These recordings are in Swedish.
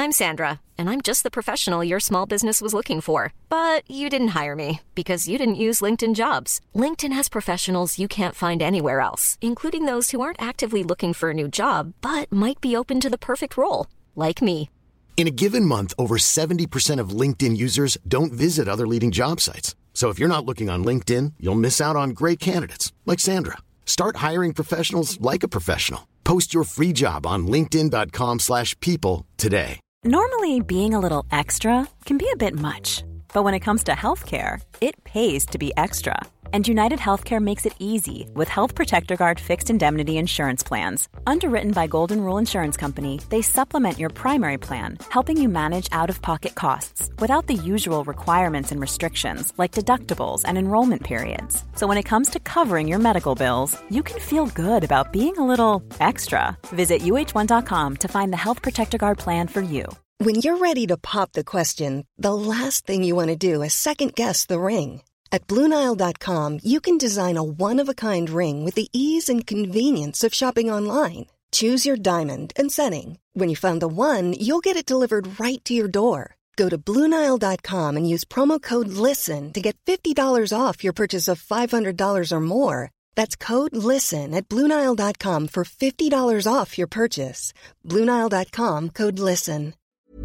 I'm Sandra, and I'm just the professional your small business was looking for. But you didn't hire me because you didn't use LinkedIn Jobs. LinkedIn has professionals you can't find anywhere else, including those who aren't actively looking for a new job, but might be open to the perfect role, like me. In a given month, over 70% of LinkedIn users don't visit other leading job sites. So if you're not looking on LinkedIn, you'll miss out on great candidates like Sandra. Start hiring professionals like a professional. Post your free job on linkedin.com/people today. Normally, being a little extra can be a bit much, but when it comes to healthcare, it pays to be extra. And United Healthcare makes it easy with Health Protector Guard fixed indemnity insurance plans. Underwritten by Golden Rule Insurance Company, they supplement your primary plan, helping you manage out-of-pocket costs without the usual requirements and restrictions like deductibles and enrollment periods. So when it comes to covering your medical bills, you can feel good about being a little extra. Visit uh1.com to find the Health Protector Guard plan for you. When you're ready to pop the question, the last thing you want to do is second-guess the ring. At BlueNile.com, you can design a one-of-a-kind ring with the ease and convenience of shopping online. Choose your diamond and setting. When you find the one, you'll get it delivered right to your door. Go to BlueNile.com and use promo code LISTEN to get $50 off your purchase of $500 or more. That's code LISTEN at BlueNile.com for $50 off your purchase. BlueNile.com, code LISTEN.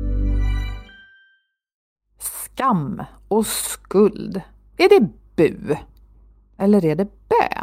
Skam och skuld. Är det bu? Eller är det bö?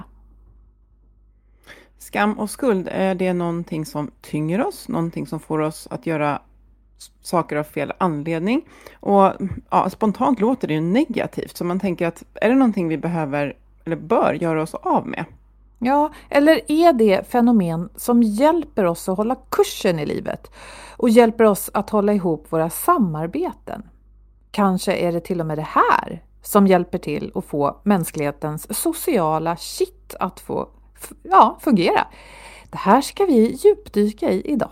Skam och skuld, är det någonting som tynger oss? Någonting som får oss att göra saker av fel anledning? Och ja, spontant låter det ju negativt. Så man tänker att är det någonting vi behöver eller bör göra oss av med? Ja, eller är det fenomen som hjälper oss att hålla kursen i livet? Och hjälper oss att hålla ihop våra samarbeten? Kanske är det till och med det här som hjälper till att få mänsklighetens sociala shit att få fungera. Det här ska vi djupdyka i idag.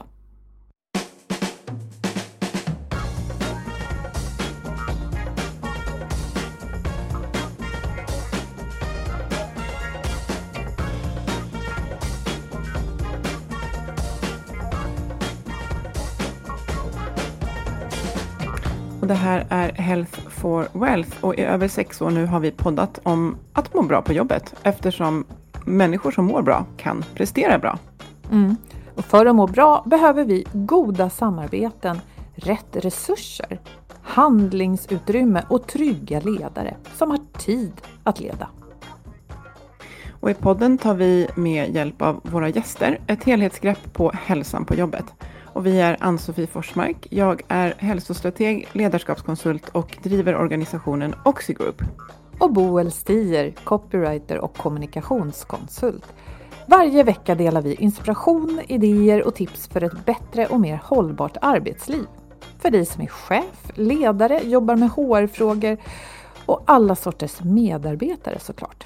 Och det här är Health for Wealth och i över 6 år nu har vi poddat om att må bra på jobbet eftersom människor som mår bra kan prestera bra. Och för att må bra behöver vi goda samarbeten, rätt resurser, handlingsutrymme och trygga ledare som har tid att leda. Och i podden tar vi med hjälp av våra gäster ett helhetsgrepp på hälsan på jobbet. Och vi är Ann-Sofie Forsmark, jag är hälsostrateg, ledarskapskonsult och driver organisationen Oxigroup. Och Boel Stier, copywriter och kommunikationskonsult. Varje vecka delar vi inspiration, idéer och tips för ett bättre och mer hållbart arbetsliv. För dig som är chef, ledare, jobbar med HR-frågor och alla sorters medarbetare såklart.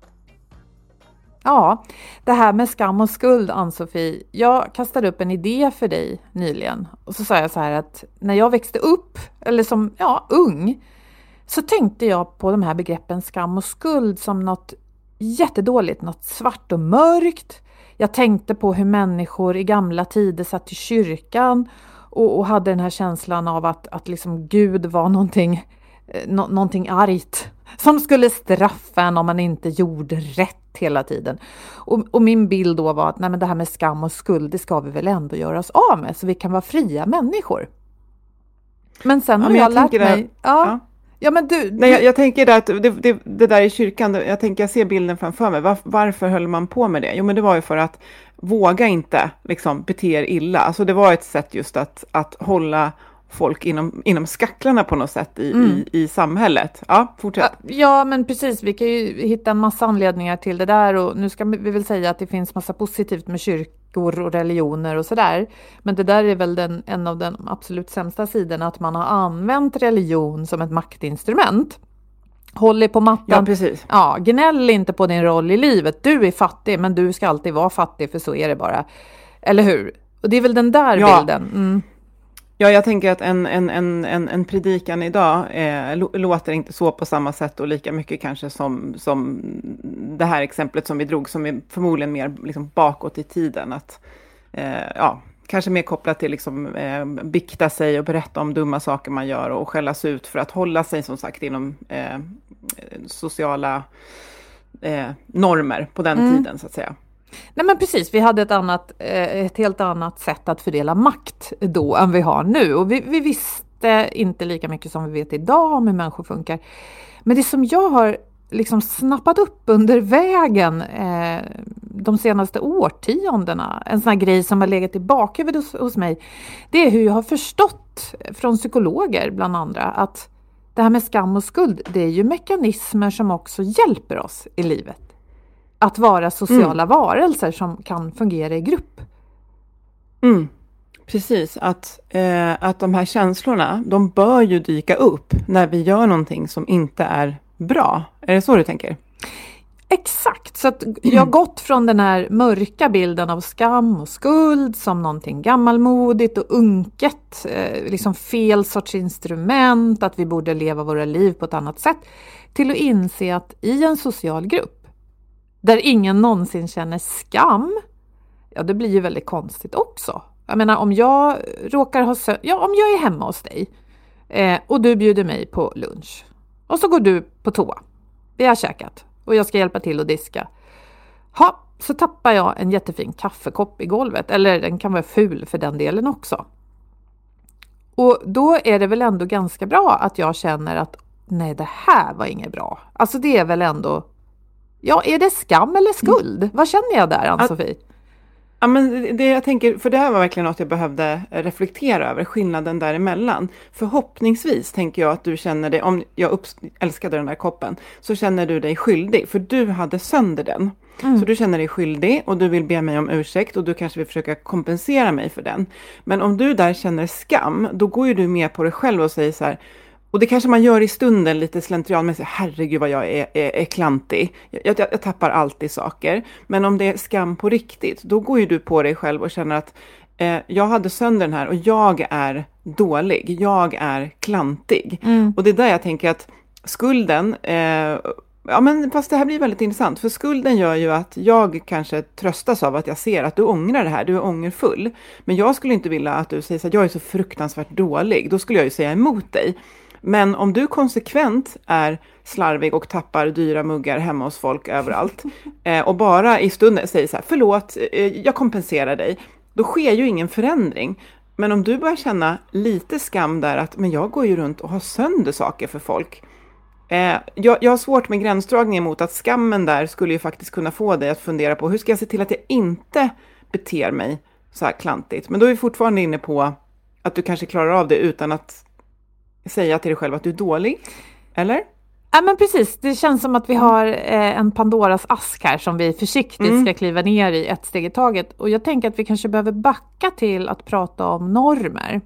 Ja, det här med skam och skuld, Ann-Sofie. Jag kastade upp en idé för dig nyligen. Och så sa jag så här att när jag växte upp, eller som ung, så tänkte jag på de här begreppen skam och skuld som något jättedåligt, något svart och mörkt. Jag tänkte på hur människor i gamla tider satt i kyrkan och hade den här känslan av att liksom Gud var någonting argt som skulle straffa en om man inte gjorde rätt hela tiden. Och min bild då var att nej, men det här med skam och skuld, det ska vi väl ändå göra oss av med så vi kan vara fria människor. Men sen har jag lärt mig... Ja, men du... Nej, jag tänker att det där i kyrkan, jag ser bilden framför mig. Varför höll man på med det? Jo, men det var ju för att våga inte liksom bete er illa. Alltså det var ett sätt just att hålla folk inom skacklarna på något sätt i samhället. Ja, fortsätt. Ja, men precis. Vi kan ju hitta en massa anledningar till det där. Och nu ska vi väl säga att det finns massa positivt med kyrkor och religioner och sådär. Men det där är väl en av de absolut sämsta sidorna. Att man har använt religion som ett maktinstrument. Håll dig på mattan. Ja, precis. Ja, gnäll inte på din roll i livet. Du är fattig, men du ska alltid vara fattig, för så är det bara. Eller hur? Och det är väl den där bilden. Ja, jag tänker att en predikan idag låter inte så på samma sätt och lika mycket kanske som det här exemplet som vi drog, som är förmodligen mer liksom bakåt i tiden. Att kanske mer kopplat till liksom, bikta sig och berätta om dumma saker man gör och skällas ut för att hålla sig som sagt inom sociala normer på den tiden så att säga. Nej men precis, vi hade ett helt annat sätt att fördela makt då än vi har nu. Och vi visste inte lika mycket som vi vet idag om hur människor funkar. Men det som jag har liksom snappat upp under vägen de senaste årtiondena, en sån här grej som har legat i bakhuvudet hos mig, det är hur jag har förstått från psykologer bland andra att det här med skam och skuld, det är ju mekanismer som också hjälper oss i livet. Att vara sociala varelser som kan fungera i grupp. Precis, att de här känslorna, de bör ju dyka upp när vi gör någonting som inte är bra. Är det så du tänker? Exakt, så att jag har gått från den här mörka bilden av skam och skuld som någonting gammalmodigt och unket, liksom fel sorts instrument, att vi borde leva våra liv på ett annat sätt, till att inse att i en social grupp där ingen någonsin känner skam, ja det blir ju väldigt konstigt också. Jag menar om jag råkar om jag är hemma hos dig och du bjuder mig på lunch och så går du på toa, vi har käkat och jag ska hjälpa till att diska. Så tappar jag en jättefin kaffekopp i golvet, eller den kan vara ful för den delen också. Och då är det väl ändå ganska bra att jag känner att nej, det här var inget bra. Alltså det är väl ändå, ja, är det skam eller skuld? Vad känner jag där, Ann-Sofie? Ja, men det jag tänker, för det här var verkligen något jag behövde reflektera över, skillnaden däremellan. Förhoppningsvis tänker jag att du känner dig, om jag älskade den här koppen, så känner du dig skyldig, för du hade sönder den. Så du känner dig skyldig och du vill be mig om ursäkt och du kanske vill försöka kompensera mig för den. Men om du där känner skam, då går ju du med på det själv och säger så här, och det kanske man gör i stunden lite slentrianmässigt, herregud vad jag är klantig. Jag tappar alltid saker. Men om det är skam på riktigt, då går ju du på dig själv och känner att jag hade sönder den här och jag är dålig. Jag är klantig. Och det är där jag tänker att skulden, ja men fast det här blir väldigt intressant. För skulden gör ju att jag kanske tröstas av att jag ser att du ångrar det här. Du är ångerfull. Men jag skulle inte vilja att du säger så att jag är så fruktansvärt dålig. Då skulle jag ju säga emot dig. Men om du konsekvent är slarvig och tappar dyra muggar hemma hos folk överallt och bara i stunden säger så här, förlåt, jag kompenserar dig, då sker ju ingen förändring. Men om du börjar känna lite skam där att men jag går ju runt och har sönder saker för folk. Jag har svårt med gränsdragningen mot att skammen där skulle ju faktiskt kunna få dig att fundera på hur ska jag se till att jag inte beter mig så här klantigt. Men då är vi fortfarande inne på att du kanske klarar av det utan att säga till dig själv att du är dålig, eller? Ja men precis, det känns som att vi har en Pandoras ask här som vi försiktigt ska kliva ner i ett steg i taget. Och jag tänker att vi kanske behöver backa till att prata om normer.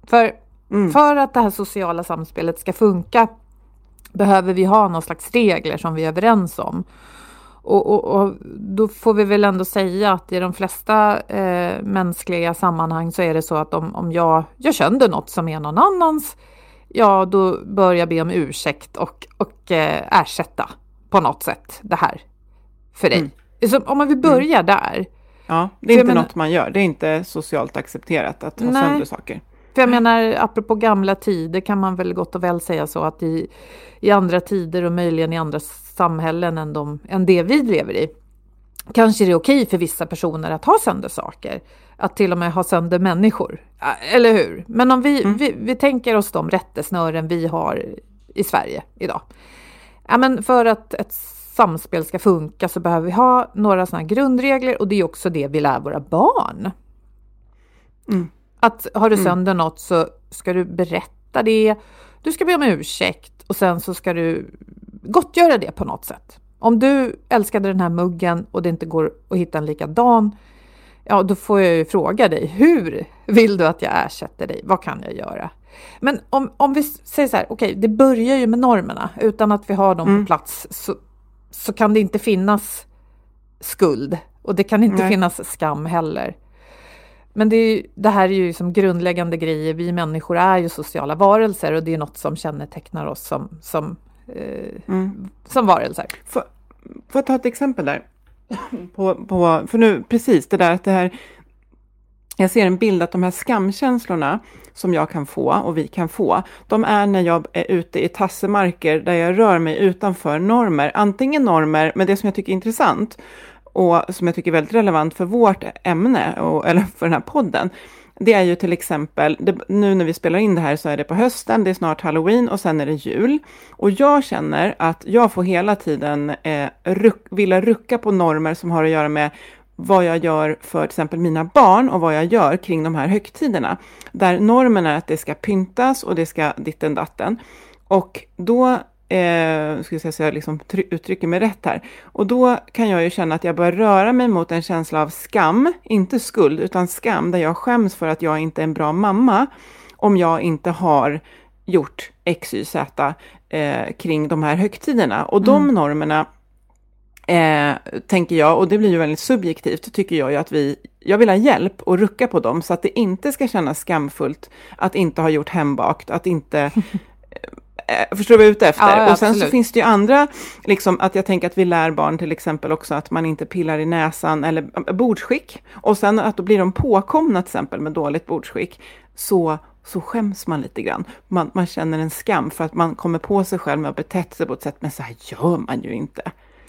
För att det här sociala samspelet ska funka behöver vi ha någon slags regler som vi är överens om. Och då får vi väl ändå säga att i de flesta mänskliga sammanhang så är det så att om jag gör sönder något som är någon annans, ja då bör jag be om ursäkt och ersätta på något sätt det här för dig. Så om man vill börja där. Ja, det är inte något man gör. Det är inte socialt accepterat att ha sönder saker. För jag menar, apropå gamla tider kan man väl gott och väl säga så att i andra tider och möjligen i andra samhällen än det vi lever i, kanske det är okej för vissa personer att ha sönder saker. Att till och med ha sönder människor. Eller hur? Men om vi tänker oss de rättesnören vi har i Sverige idag. Ja, men för att ett samspel ska funka så behöver vi ha några sådana grundregler. Och det är också det vi lär våra barn. Att har du sönder något så ska du berätta det. Du ska be om ursäkt och sen så ska du gottgöra det på något sätt. Om du älskade den här muggen och det inte går att hitta en likadan, ja då får jag ju fråga dig, hur vill du att jag ersätter dig? Vad kan jag göra? Men om vi säger så här, okej, det börjar ju med normerna. Utan att vi har dem på plats så kan det inte finnas skuld. Och det kan inte finnas skam heller. Men det här är ju som grundläggande grejer. Vi människor är ju sociala varelser och det är något som kännetecknar oss som varelser. Får jag ta ett exempel där? För nu, precis det där att det här jag ser en bild att de här skamkänslorna som jag kan få och vi kan få, de är när jag är ute i tassemarker där jag rör mig utanför normer. Antingen normer, men det som jag tycker är intressant och som jag tycker är väldigt relevant för vårt ämne, eller för den här podden, det är ju till exempel, nu när vi spelar in det här så är det på hösten, det är snart Halloween och sen är det jul. Och jag känner att jag får hela tiden vilja rucka på normer som har att göra med vad jag gör för till exempel mina barn och vad jag gör kring de här högtiderna. Där normen är att det ska pyntas och det ska ditten datten. Och då ska jag säga så jag liksom uttrycker mig rätt här. Och då kan jag ju känna att jag börjar röra mig mot en känsla av skam, inte skuld utan skam, där jag skäms för att jag inte är en bra mamma om jag inte har gjort X, Y, Z kring de här högtiderna. Och de normerna tänker jag, och det blir ju väldigt subjektivt, tycker jag ju att jag vill ha hjälp och rucka på dem så att det inte ska kännas skamfullt att inte ha gjort hembakt, att inte förstår vad jag är ute efter. Ja, och sen absolut. så finns det ju andra, liksom att jag tänker att vi lär barn till exempel också att man inte pillar i näsan eller bordsskick. Och sen att då blir de påkomna till exempel med dåligt bordsskick, så skäms man lite grann. Man känner en skam för att man kommer på sig själv med att betett sig på ett sätt, men så här gör man ju inte.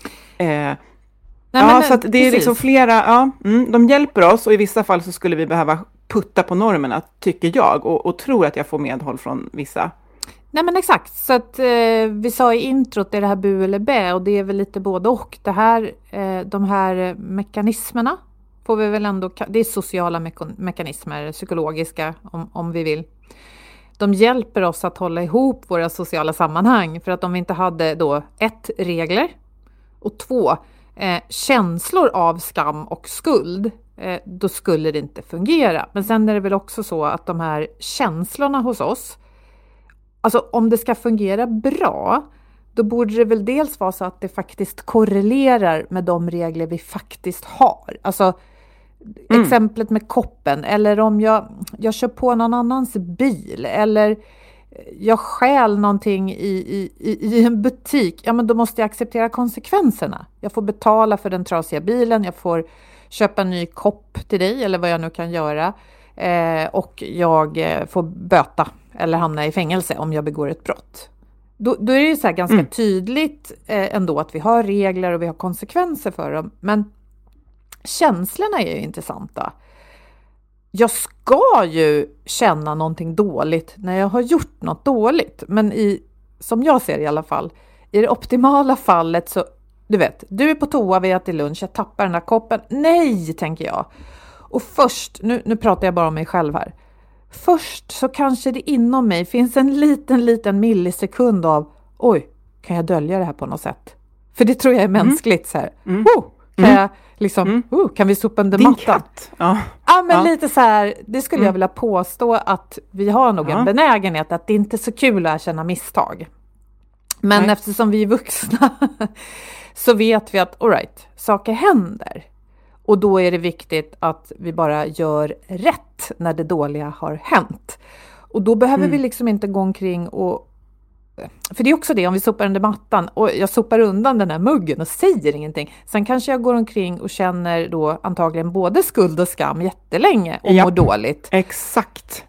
Så att det är liksom flera, de hjälper oss och i vissa fall så skulle vi behöva putta på normerna, tycker jag, och tror att jag får medhåll från vissa. Nej men exakt, så att vi sa i introt, det är det här bu eller bä, och det är väl lite både och. Det här, de här mekanismerna får vi väl ändå, det är sociala mekanismer, psykologiska om vi vill. De hjälper oss att hålla ihop våra sociala sammanhang, för att om vi inte hade då 1, regler och 2, känslor av skam och skuld, då skulle det inte fungera. Men sen är det väl också så att de här känslorna hos oss, alltså om det ska fungera bra, då borde det väl dels vara så att det faktiskt korrelerar med de regler vi faktiskt har. Alltså exemplet med koppen, eller om jag kör på någon annans bil, eller jag stjäl någonting i en butik, ja men då måste jag acceptera konsekvenserna. Jag får betala för den trasiga bilen, jag får köpa en ny kopp till dig, eller vad jag nu kan göra. Och jag får böta eller hamna i fängelse om jag begår ett brott. Då är det ju så här ganska tydligt ändå att vi har regler och vi har konsekvenser för dem. Men känslorna är ju intressanta. Jag ska ju känna någonting dåligt när jag har gjort något dåligt. Men som jag ser i alla fall, i det optimala fallet så, du vet, du är på toa, vi äter lunch, jag tappar den där koppen. Nej, tänker jag. Och först, nu pratar jag bara om mig själv här. Först så kanske det inom mig finns en liten millisekund av, oj, kan jag dölja det här på något sätt? För det tror jag är mänskligt så här. Kan jag liksom, kan vi sopa under mattan? Katt. Ja, men lite så här, det skulle jag vilja påstå att vi har nog en benägenhet att det inte är så kul att erkänna misstag. Men eftersom vi är vuxna så vet vi att saker händer. Och då är det viktigt att vi bara gör rätt när det dåliga har hänt. Och då behöver vi liksom inte gå omkring och... För det är också det, om vi sopar under mattan och jag sopar undan den här muggen och säger ingenting. Sen kanske jag går omkring och känner då antagligen både skuld och skam jättelänge och mår dåligt. Exakt.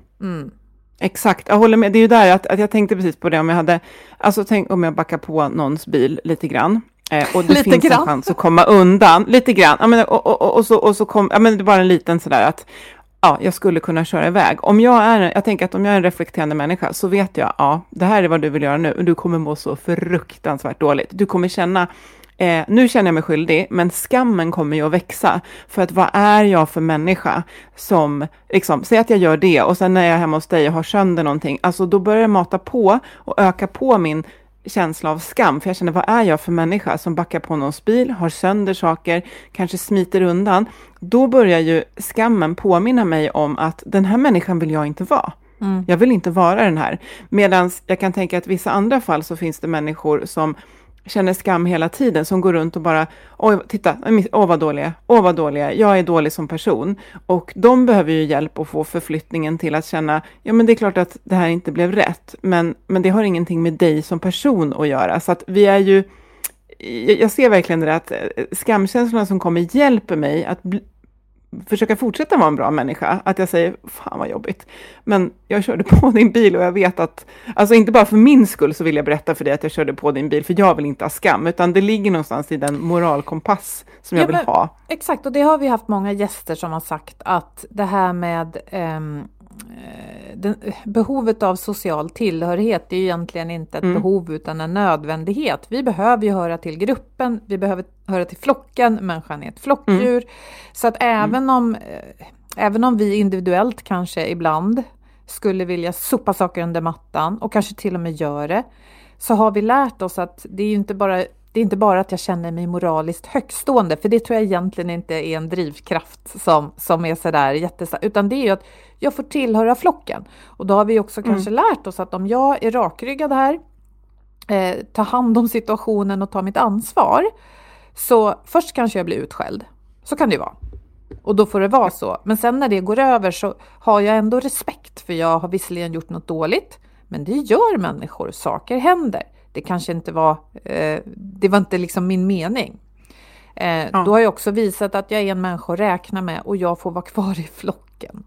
Exakt, jag håller med. Det är ju där att jag tänkte precis på det, om jag hade... Alltså tänk om jag backar på någons bil lite grann. Och det finns en chans att komma undan lite grann. Ja, men, och så kom, ja, men det är bara en liten sådär att jag skulle kunna köra iväg. Jag tänker att om jag är en reflekterande människa så vet jag, det här är vad du vill göra nu. Och du kommer må så fruktansvärt dåligt. Du kommer känna, nu känner jag mig skyldig, men skammen kommer ju att växa. För att vad är jag för människa som, liksom, säg att jag gör det och sen när jag är hemma hos dig och har sönder någonting. Alltså då börjar jag mata på och öka på min känsla av skam, för jag känner, vad är jag för människa som backar på någons bil, har sönder saker, kanske smiter undan. Då börjar ju skammen påminna mig om att den här människan vill jag inte vara. Jag vill inte vara den här. Medan jag kan tänka att i vissa andra fall så finns det människor som känner skam hela tiden, som går runt och bara, titta, vad dåliga, jag är dålig som person. Och de behöver ju hjälp att få förflyttningen till att känna, men det är klart att det här inte blev rätt, men det har ingenting med dig som person att göra. Så att vi är ju, jag ser verkligen det att skamkänslorna som kommer hjälper mig att försöka fortsätta vara en bra människa. Att jag säger, fan vad jobbigt. Men jag körde på din bil och jag vet att, alltså inte bara för min skull så vill jag berätta för dig att jag körde på din bil. För jag vill inte ha skam, utan det ligger någonstans i den moralkompass som jag vill ha. Exakt, och det har vi haft många gäster som har sagt att det här med behovet av social tillhörighet är ju egentligen inte ett behov utan en nödvändighet. Vi behöver ju höra till gruppen, vi behöver höra till flocken, människan är ett flockdjur. Så att även om vi individuellt kanske ibland skulle vilja sopa saker under mattan och kanske till och med gör det, så har vi lärt oss att det är inte bara att jag känner mig moraliskt högstående, för det tror jag egentligen inte är en drivkraft som är sådär jättestark, utan det är ju att jag får tillhöra flocken. Och då har vi också kanske lärt oss att om jag är rakryggad här, tar hand om situationen och tar mitt ansvar, så först kanske jag blir utskälld. Så kan det ju vara. Och då får det vara så. Men sen när det går över så har jag ändå respekt, för jag har visserligen gjort något dåligt, men det gör människor, saker händer. Det kanske inte var, det var inte liksom min mening. Då har jag också visat att jag är en människa att räkna med och jag får vara kvar i flocken.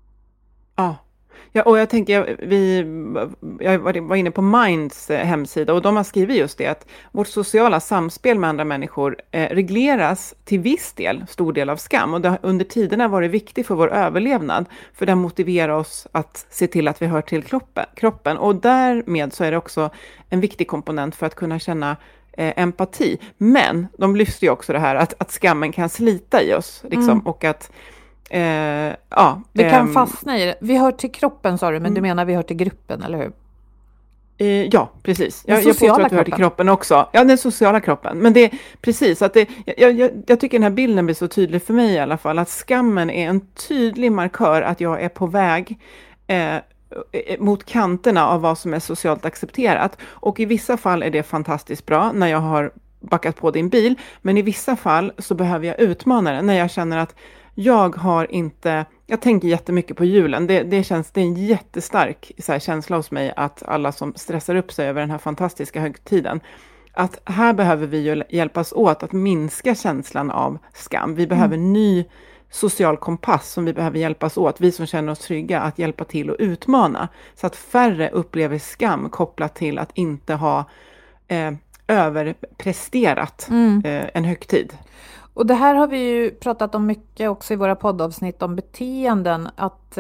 Ja, och jag tänker, jag var inne på Minds hemsida och de har skrivit just det, att vårt sociala samspel med andra människor regleras till viss del, stor del av skam. Och det har under tiderna varit viktigt för vår överlevnad, för det motiverar oss att se till att vi hör till kroppen. Och därmed så är det också en viktig komponent för att kunna känna empati. Men de lyfter ju också det här att skammen kan slita i oss, liksom, och att vi kan fastna i det. Vi hör till kroppen, sa du, men du menar vi hör till gruppen, eller hur? Ja, precis. Jag påstår att vi hör till kroppen också. Ja, den sociala kroppen. Men det är precis att jag tycker den här bilden blir så tydlig för mig i alla fall, att skammen är en tydlig markör att jag är på väg mot kanterna av vad som är socialt accepterat. Och i vissa fall är det fantastiskt bra när jag har backat på din bil, men i vissa fall så behöver jag utmana den när jag känner att jag tänker jättemycket på julen. Det är en jättestark känsla hos mig att alla som stressar upp sig över den här fantastiska högtiden, att här behöver vi ju hjälpas åt att minska känslan av skam. Vi behöver en ny social kompass som vi behöver hjälpas åt, vi som känner oss trygga, att hjälpa till och utmana. Så att färre upplever skam kopplat till att inte ha överpresterat en högtid. Och det här har vi ju pratat om mycket också i våra poddavsnitt om beteenden, att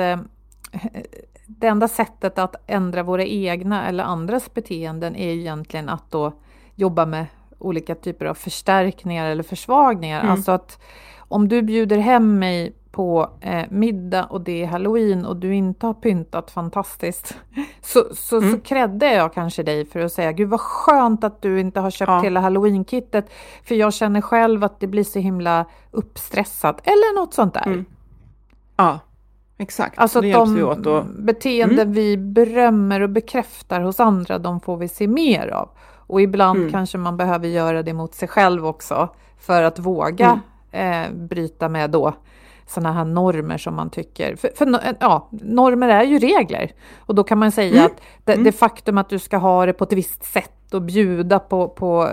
det enda sättet att ändra våra egna eller andras beteenden är ju egentligen att då jobba med olika typer av förstärkningar eller försvagningar. Alltså att om du bjuder hem mig på middag och det är Halloween och du inte har pyntat fantastiskt, så kräddde jag kanske dig för att säga, gud vad skönt att du inte har köpt hela Halloween-kittet, för jag känner själv att det blir så himla uppstressat eller något sånt där. Ja, exakt. Alltså de beteenden vi berömmer och bekräftar hos andra, de får vi se mer av. Och ibland kanske man behöver göra det mot sig själv också för att våga bryta med då såna här normer som man tycker. För normer är ju regler. Och då kan man säga att det faktum att du ska ha det på ett visst sätt och bjuda på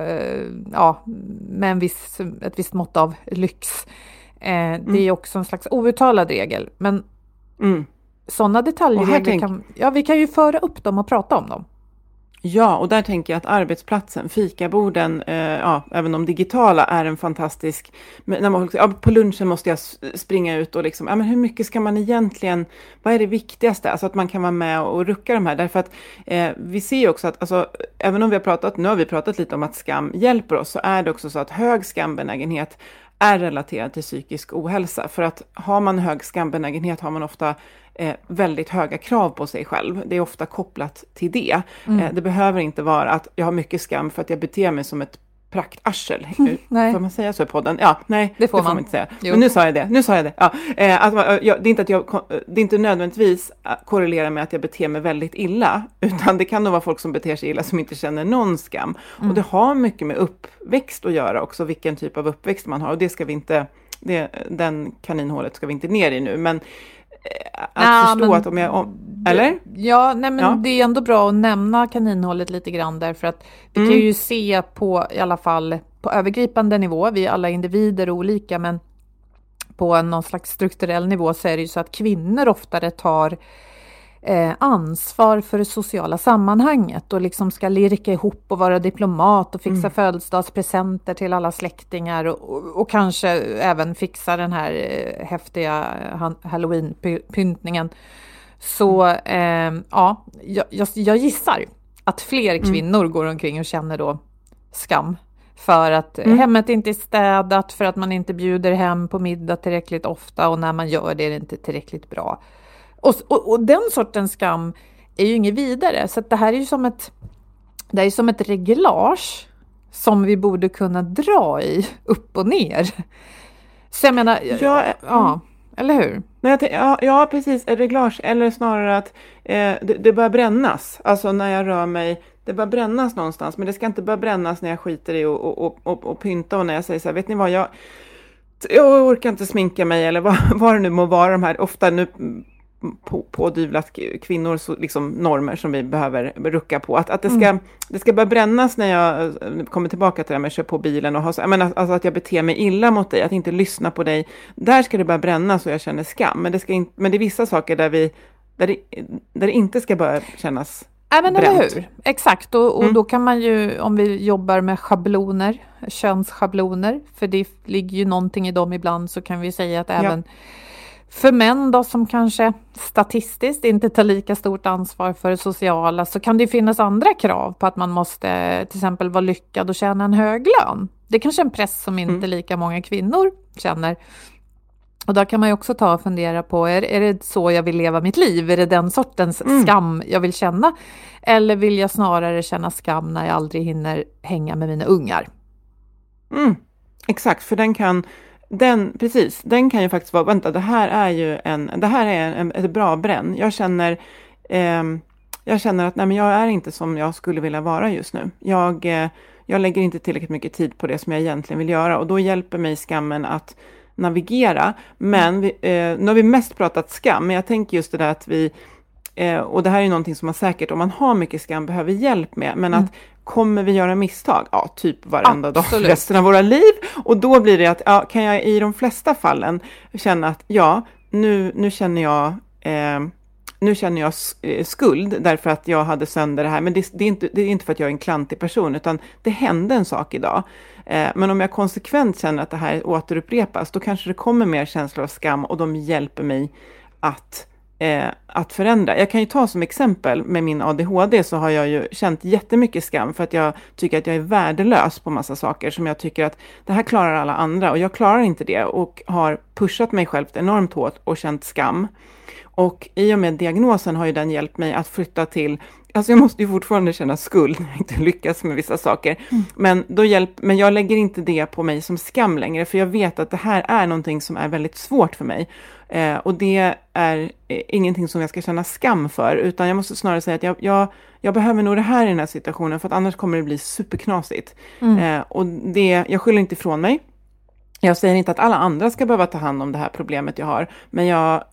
med ett visst mått av lyx. Det är också en slags outtalad regel. Men sådana detaljregler vi kan ju föra upp dem och prata om dem. Ja, och där tänker jag att arbetsplatsen, fikaborden, även de digitala är en fantastisk... på lunchen måste jag springa ut och liksom, men hur mycket ska man egentligen... Vad är det viktigaste? Alltså att man kan vara med och rucka de här. Därför att vi ser ju också att, alltså, även om nu har vi pratat lite om att skam hjälper oss, så är det också så att hög skambenägenhet är relaterad till psykisk ohälsa. För att har man hög skambenägenhet har man ofta väldigt höga krav på sig själv. Det är ofta kopplat till det. Det behöver inte vara att jag har mycket skam för att jag beter mig som ett praktarsel. Får man säga så i podden? Ja, nej, det får man inte säga. Jo. Men nu sa jag det. Ja, det är inte nödvändigtvis korrelerar med att jag beter mig väldigt illa, utan det kan nog vara folk som beter sig illa som inte känner någon skam. Och det har mycket med uppväxt att göra också, vilken typ av uppväxt man har. Och det ska vi inte, den kaninhålet ska vi inte ner i nu, men förstå att om jag... Eller? Ja, men det är ändå bra att nämna kaninhålet lite grann, därför att vi kan ju se på, i alla fall på övergripande nivå, vi är alla individer och olika, men på någon slags strukturell nivå så är det ju så att kvinnor oftare tar ansvar för det sociala sammanhanget och liksom ska lirka ihop och vara diplomat och fixa födelsedagspresenter till alla släktingar och kanske även fixa den här häftiga Halloween-pyntningen. Så jag gissar att fler kvinnor går omkring och känner då skam för att hemmet inte är städat, för att man inte bjuder hem på middag tillräckligt ofta och när man gör det är det inte tillräckligt bra. Och den sortens skam är ju inget vidare. Så att det här är ju som ett reglage som vi borde kunna dra i upp och ner. Så jag menar, eller hur? Ja, precis. Ett reglage, eller snarare att det börjar brännas. Alltså när jag rör mig, det börjar brännas någonstans. Men det ska inte börja brännas när jag skiter i och pynta och när jag säger så här, vet ni vad, jag orkar inte sminka mig eller vad det nu må vara, de här ofta nu pådyvlat kvinnor så liksom normer som vi behöver rucka på. Att det ska börja brännas när jag kommer tillbaka till det med att köra på bilen och alltså att jag beter mig illa mot dig, att inte lyssna på dig. Där ska det börja brännas och jag känner skam. Men det är vissa saker där det inte ska börja kännas bränt. Eller hur? Exakt. Och då kan man ju, om vi jobbar med schabloner, könsschabloner, för det ligger ju någonting i dem ibland, så kan vi säga att även för män då som kanske statistiskt inte tar lika stort ansvar för det sociala, så kan det finnas andra krav på att man måste till exempel vara lyckad och tjäna en hög lön. Det är kanske en press som inte lika många kvinnor känner. Och där kan man ju också ta och fundera på, är det så jag vill leva mitt liv? Är det den sortens skam jag vill känna? Eller vill jag snarare känna skam när jag aldrig hinner hänga med mina ungar? Exakt, för den kan ju faktiskt vara, vänta, det här är ett bra bränn. Jag känner att nej, men jag är inte som jag skulle vilja vara just nu. Jag lägger inte tillräckligt mycket tid på det som jag egentligen vill göra, och då hjälper mig skammen att navigera. Men nu har vi mest pratat skam, men jag tänker just det där att och det här är någonting som man säkert, om man har mycket skam, behöver hjälp med, men att kommer vi göra misstag? Ja, typ varenda dag för resten av våra liv. Och då blir det att, kan jag i de flesta fallen känna att nu känner jag skuld därför att jag hade sönder det här. Men det är inte för att jag är en klantig person, utan det hände en sak idag. Men om jag konsekvent känner att det här återupprepas, då kanske det kommer mer känslor av skam, och de hjälper mig att förändra. Jag kan ju ta som exempel med min ADHD, så har jag ju känt jättemycket skam för att jag tycker att jag är värdelös på massa saker som jag tycker att det här klarar alla andra och jag klarar inte det, och har pushat mig själv enormt hårt och känt skam. Och i och med diagnosen har ju den hjälpt mig att flytta till, alltså jag måste ju fortfarande känna skuld när jag inte lyckas med vissa saker. Men jag lägger inte det på mig som skam längre, för jag vet att det här är någonting som är väldigt svårt för mig. Och det är ingenting som jag ska känna skam för, utan jag måste snarare säga att jag behöver nog det här i den här situationen, för att annars kommer det bli superknasigt. Och jag skyller inte ifrån mig. Jag säger inte att alla andra ska behöva ta hand om det här problemet jag har, men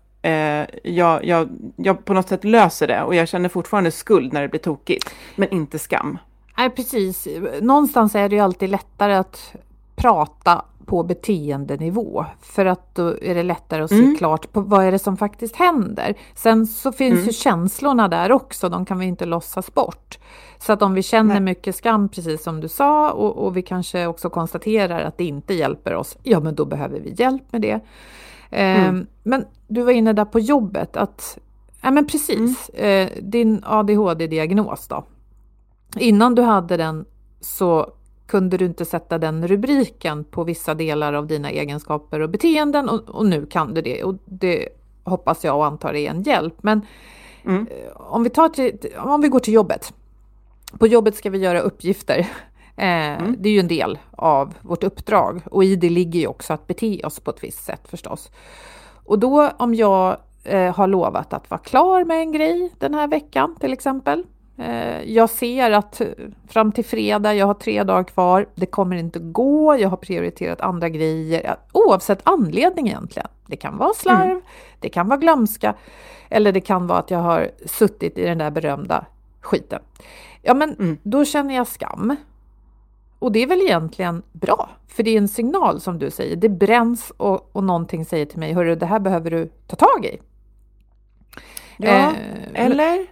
jag på något sätt löser det, och jag känner fortfarande skuld när det blir tokigt, men inte skam. Nej, precis. Någonstans är det ju alltid lättare att prata på beteendenivå, för att då är det lättare att se klart på vad är det som faktiskt händer. Sen så finns ju känslorna där också, de kan vi inte låtsas bort. Så att om vi känner mycket skam, precis som du sa, och vi kanske också konstaterar att det inte hjälper oss, ja men då behöver vi hjälp med det. Men du var inne där på jobbet att, ja men precis, din ADHD-diagnos då. Innan du hade den så kunde du inte sätta den rubriken på vissa delar av dina egenskaper och beteenden, och nu kan du det, och det hoppas jag och antar är en hjälp. Men om vi går till jobbet. På jobbet ska vi göra uppgifter. Det är ju en del av vårt uppdrag, och i det ligger ju också att bete oss på ett visst sätt förstås. Och då om jag har lovat att vara klar med en grej den här veckan till exempel. Jag ser att fram till fredag, jag har 3 dagar kvar, det kommer inte gå, jag har prioriterat andra grejer, oavsett anledning egentligen. Det kan vara slarv, det kan vara glömska, eller det kan vara att jag har suttit i den där berömda skiten. Ja men då känner jag skam. Och det är väl egentligen bra. För det är en signal som du säger. Det bränns och någonting säger till mig, hörru, det här behöver du ta tag i. Ja, eller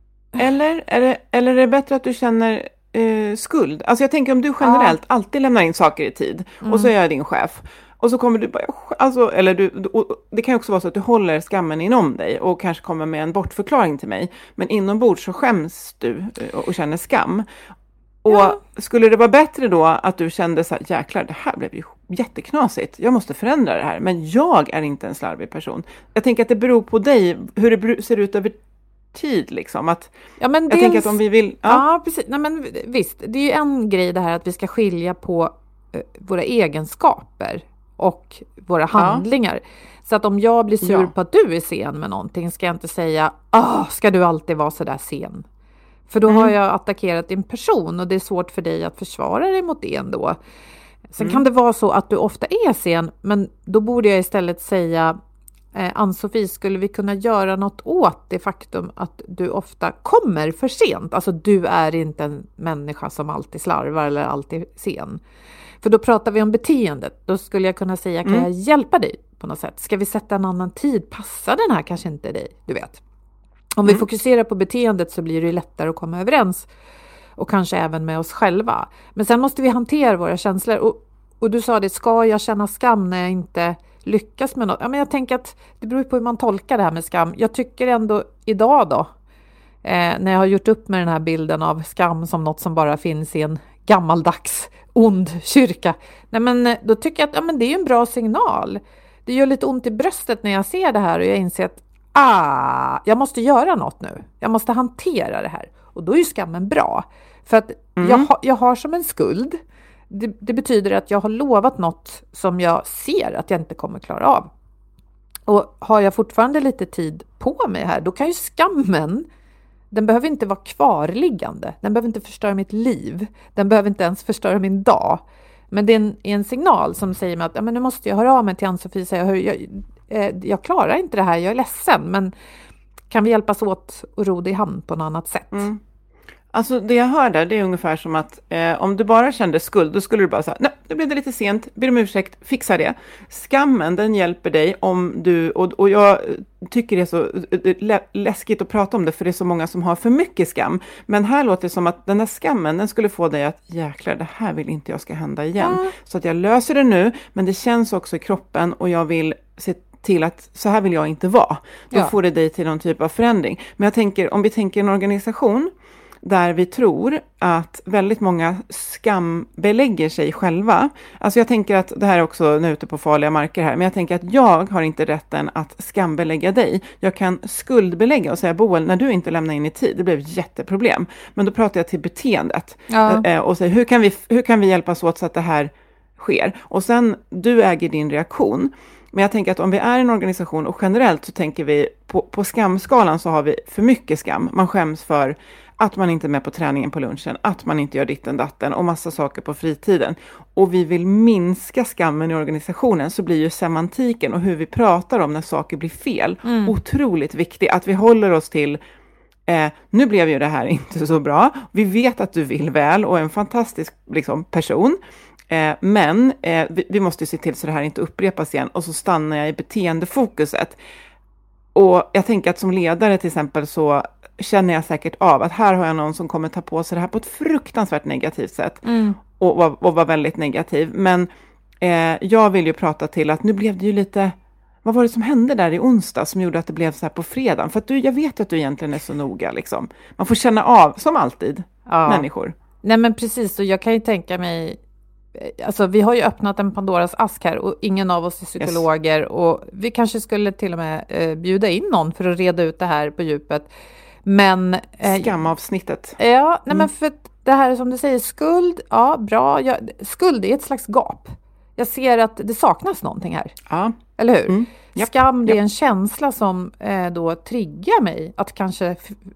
är det bättre att du känner skuld? Alltså jag tänker om du generellt alltid lämnar in saker i tid och så är jag din chef. Och så kommer du bara, alltså, eller det kan ju också vara så att du håller skammen inom dig och kanske kommer med en bortförklaring till mig. Men inombords så skäms du och känner skam. Och skulle det vara bättre då att du kände så här, jäklar, det här blev ju jätteknasigt. Jag måste förändra det här, men jag är inte en slarvig person. Jag tänker att det beror på dig, hur det ser ut över tid liksom. Jag tänker att om vi vill... Ja, precis. Nej, men visst, det är ju en grej det här att vi ska skilja på våra egenskaper och våra handlingar. Så att om jag blir sur på att du är sen med någonting ska jag inte säga, ska du alltid vara så där sen? För då har jag attackerat din person och det är svårt för dig att försvara dig mot det ändå. Sen kan det vara så att du ofta är sen, men då borde jag istället säga, Ann-Sofie, skulle vi kunna göra något åt det faktum att du ofta kommer för sent? Alltså du är inte en människa som alltid slarvar eller alltid sen. För då pratar vi om beteendet. Då skulle jag kunna säga, kan jag hjälpa dig på något sätt? Ska vi sätta en annan tid? Passar den här kanske inte dig? Du vet. Om vi fokuserar på beteendet så blir det lättare att komma överens. Och kanske även med oss själva. Men sen måste vi hantera våra känslor. Och du sa det, ska jag känna skam när jag inte lyckas med något? Ja, men jag tänker att det beror på hur man tolkar det här med skam. Jag tycker ändå idag då, när jag har gjort upp med den här bilden av skam som något som bara finns i en gammaldags ond kyrka. Nej, men då tycker jag att det är en bra signal. Det gör lite ont i bröstet när jag ser det här och jag inser att jag måste göra något nu. Jag måste hantera det här. Och då är ju skammen bra. För att jag har som en skuld. Det betyder att jag har lovat något som jag ser att jag inte kommer klara av. Och har jag fortfarande lite tid på mig här, då kan ju skammen, den behöver inte vara kvarliggande. Den behöver inte förstöra mitt liv. Den behöver inte ens förstöra min dag. Men det är en signal som säger mig att nu måste jag höra av mig till Ann-Sofie och säga, jag klarar inte det här, jag är ledsen, men kan vi hjälpas åt och ro det i hamn på något annat sätt? Alltså det jag hör där, det är ungefär som att om du bara kände skuld, då skulle du bara säga, nej, det blev det lite sent, ber om ursäkt, fixa det. Skammen, den hjälper dig om du, och jag tycker det är så läskigt att prata om det, för det är så många som har för mycket skam. Men här låter det som att den här skammen, den skulle få dig att, jäklar, det här vill inte jag ska hända igen. Så att jag löser det nu, men det känns också i kroppen och jag vill se till att så här vill jag inte vara. Då får det dig till någon typ av förändring. Men jag tänker, om vi tänker en organisation där vi tror att väldigt många skambelägger sig själva. Alltså jag tänker att det här är också nu ute på farliga marker här. Men jag tänker att jag har inte rätten att skambelägga dig. Jag kan skuldbelägga och säga, Boel, när du inte lämnar in i tid, det blev ett jätteproblem. Men då pratar jag till beteendet. Och säger, hur kan vi hjälpas åt så att det här sker? Och sen, du äger din reaktion. Men jag tänker att om vi är en organisation och generellt så tänker vi på skamskalan så har vi för mycket skam. Man skäms för att man inte är med på träningen på lunchen, att man inte gör ditten datten och massa saker på fritiden. Och vi vill minska skammen i organisationen, så blir ju semantiken och hur vi pratar om när saker blir fel otroligt viktigt. Att vi håller oss till, nu blev ju det här inte så bra. Vi vet att du vill väl och är en fantastisk person. Men vi måste se till så det här inte upprepas igen. Och så stannar jag i beteendefokuset. Och jag tänker att som ledare till exempel så känner jag säkert av att här har jag någon som kommer ta på sig det här på ett fruktansvärt negativt sätt. Och vara väldigt negativ. Men jag vill ju prata till att nu blev det ju lite... Vad var det som hände där i onsdag som gjorde att det blev så här på fredagen? För att jag vet att du egentligen är så noga liksom. Man får känna av, som alltid, människor. Nej men precis, och jag kan ju tänka mig... Alltså vi har ju öppnat en Pandoras ask här och ingen av oss är psykologer och vi kanske skulle till och med bjuda in någon för att reda ut det här på djupet. Men skamavsnittet. Men för det här som du säger, skuld, bra. Skuld är ett slags gap. Jag ser att det saknas någonting här. Ja. Eller hur? Yep. Skam, det är en känsla som då triggar mig att kanske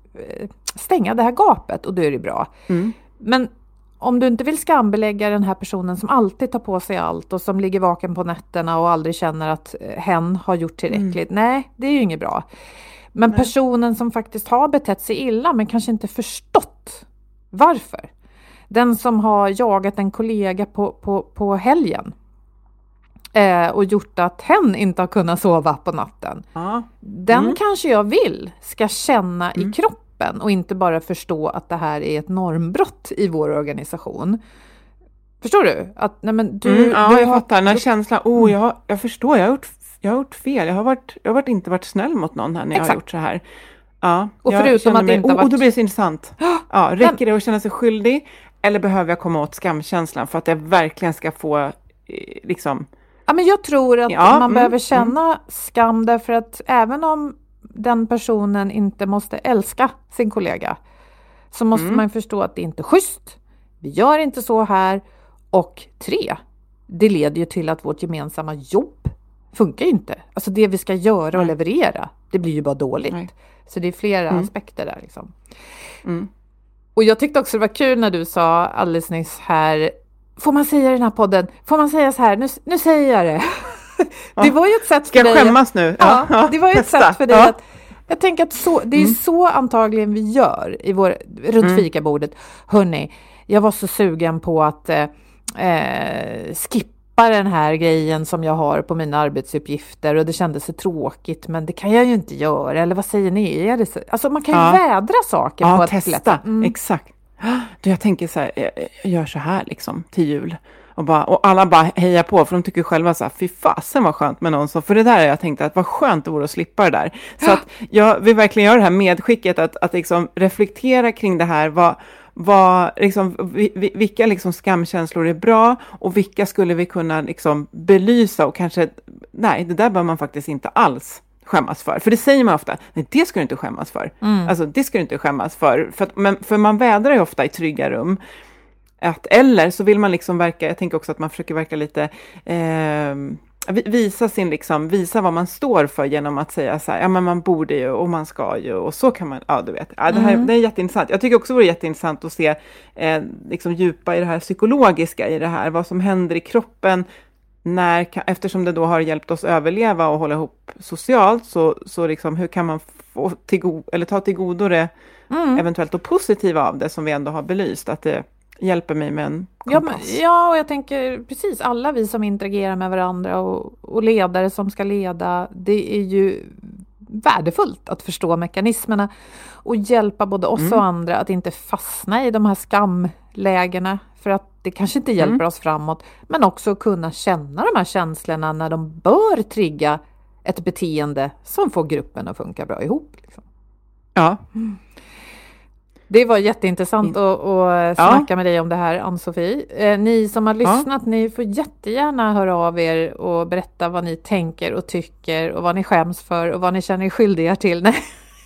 stänga det här gapet och då är det bra. Men om du inte vill skambelägga den här personen som alltid tar på sig allt och som ligger vaken på nätterna och aldrig känner att hen har gjort tillräckligt. Nej, det är ju inget bra. Men personen som faktiskt har betett sig illa men kanske inte förstått varför. Den som har jagat en kollega på helgen. Och gjort att hen inte har kunnat sova på natten. Den kanske jag vill ska känna i kroppen och inte bara förstå att det här är ett normbrott i vår organisation. Förstår du? Att, nej men jag fattar. Den här känslan, jag förstår, jag har gjort fel. Jag har inte varit snäll mot någon här när jag har gjort så här. Ja, och förutom att det inte har varit... Och då blir det så intressant. Ja, räcker det att känna sig skyldig? Eller behöver jag komma åt skamkänslan för att jag verkligen ska få liksom... Ja, men jag tror att man behöver känna skam därför att även om den personen inte måste älska sin kollega så måste man förstå att det inte är schysst. Vi gör inte så här. Och 3, det leder ju till att vårt gemensamma jobb funkar ju inte. Alltså det vi ska göra och leverera, det blir ju bara dåligt. Nej. Så det är flera aspekter där liksom. Och jag tyckte också det var kul när du sa alldeles nyss här, får man säga i den här podden, får man säga så här, nu säger jag det. Det var ju ett sätt för dig. Ska jag skämmas nu? Ja, det var ju ett sätt för dig att, jag tänker att det är så antagligen vi gör runt fikabordet. Hörrni, jag var så sugen på att skippa den här grejen som jag har på mina arbetsuppgifter och det kändes så tråkigt, men det kan jag ju inte göra. Eller vad säger ni? Är det så? Alltså man kan ju vädra saker på ett testa. Exakt. Jag tänker så här, jag gör så här liksom till jul. Och alla bara hejar på, för de tycker själva så här, fy fasen vad skönt med någon som, för det där har jag tänkt att vad skönt det vore att slippa det där. Så att jag vill verkligen göra det här medskicket att liksom reflektera kring det här, liksom, vilka liksom skamkänslor är bra och vilka skulle vi kunna liksom belysa och kanske, nej, det där bör man faktiskt inte alls skämmas för det säger man ofta, nej det ska du inte skämmas för. Alltså det ska du inte skämmas för man vädrar ju ofta i trygga rum. Eller så vill man liksom verka, jag tänker också att man försöker verka lite visa vad man står för genom att säga så här, ja men man borde ju och man ska ju och så kan man, ja du vet, ja, det är jätteintressant. Jag tycker också det vore jätteintressant att se liksom djupa i det här psykologiska i det här, vad som händer i kroppen eftersom det då har hjälpt oss överleva och hålla ihop socialt, så liksom hur kan man få ta tillgodo det eventuellt och positiva av det som vi ändå har belyst, att det hjälper mig med en kompass. Ja, och jag tänker precis, alla vi som interagerar med varandra och ledare som ska leda, det är ju värdefullt att förstå mekanismerna och hjälpa både oss och andra att inte fastna i de här skamlägena, för att det kanske inte hjälper oss framåt, men också kunna känna de här känslorna när de bör trigga ett beteende som får gruppen att funka bra ihop. Liksom. Ja. Det var jätteintressant att snacka med dig om det här, Ann-Sofie. Ni som har lyssnat, ni får jättegärna höra av er och berätta vad ni tänker och tycker och vad ni skäms för och vad ni känner er skyldiga till. Nej,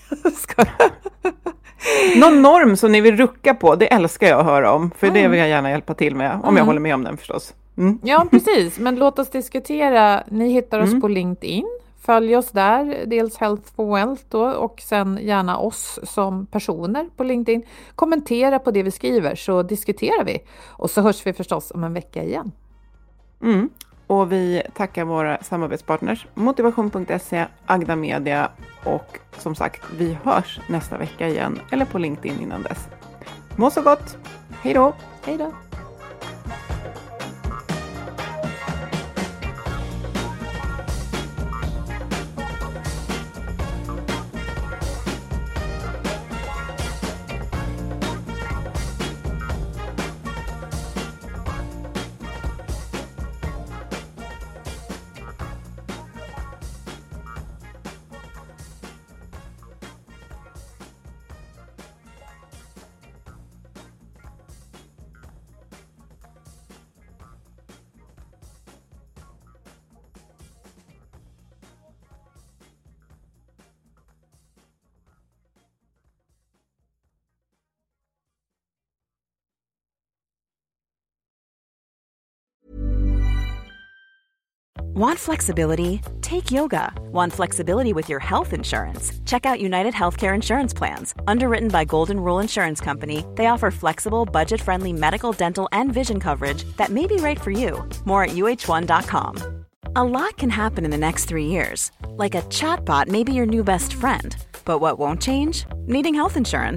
någon norm som ni vill rucka på, det älskar jag att höra om. För det vill jag gärna hjälpa till med, om jag håller med om den förstås. Ja, precis. Men låt oss diskutera. Ni hittar oss på LinkedIn. Följ oss där, dels Health for Wealth då, och sen gärna oss som personer på LinkedIn. Kommentera på det vi skriver så diskuterar vi. Och så hörs vi förstås om en vecka igen. Och vi tackar våra samarbetspartners Motivation.se, Agda Media och som sagt, vi hörs nästa vecka igen eller på LinkedIn innan dess. Må så gott! Hej då! Hej då! Want flexibility? Take yoga. Want flexibility with your health insurance? Check out United Healthcare Insurance Plans. Underwritten by Golden Rule Insurance Company, they offer flexible, budget-friendly medical, dental, and vision coverage that may be right for you. More at uh1.com. A lot can happen in the next 3 years. Like a chatbot may be your new best friend. But what won't change? Needing health insurance.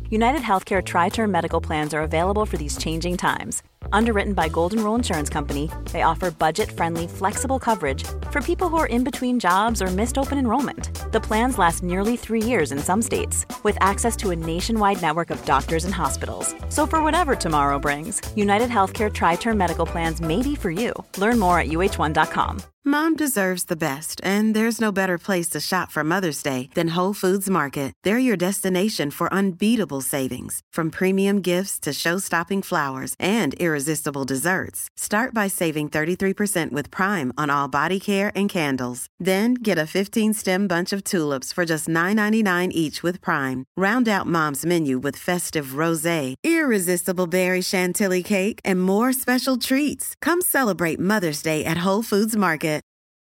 United Healthcare Tri-Term Medical Plans are available for these changing times. Underwritten by Golden Rule Insurance Company, they offer budget-friendly, flexible coverage for people who are in between jobs or missed open enrollment. The plans last nearly 3 years in some states, with access to a nationwide network of doctors and hospitals. So for whatever tomorrow brings, United Healthcare Tri-Term Medical Plans may be for you. Learn more at uh1.com. Mom deserves the best, and there's no better place to shop for Mother's Day than Whole Foods Market. They're your destination for unbeatable savings, from premium gifts to show-stopping flowers and irresistible desserts. Start by saving 33% with Prime on all body care and candles. Then get a 15-stem bunch of tulips for just $9.99 each with Prime. Round out Mom's menu with festive rosé, irresistible berry chantilly cake, and more special treats. Come celebrate Mother's Day at Whole Foods Market.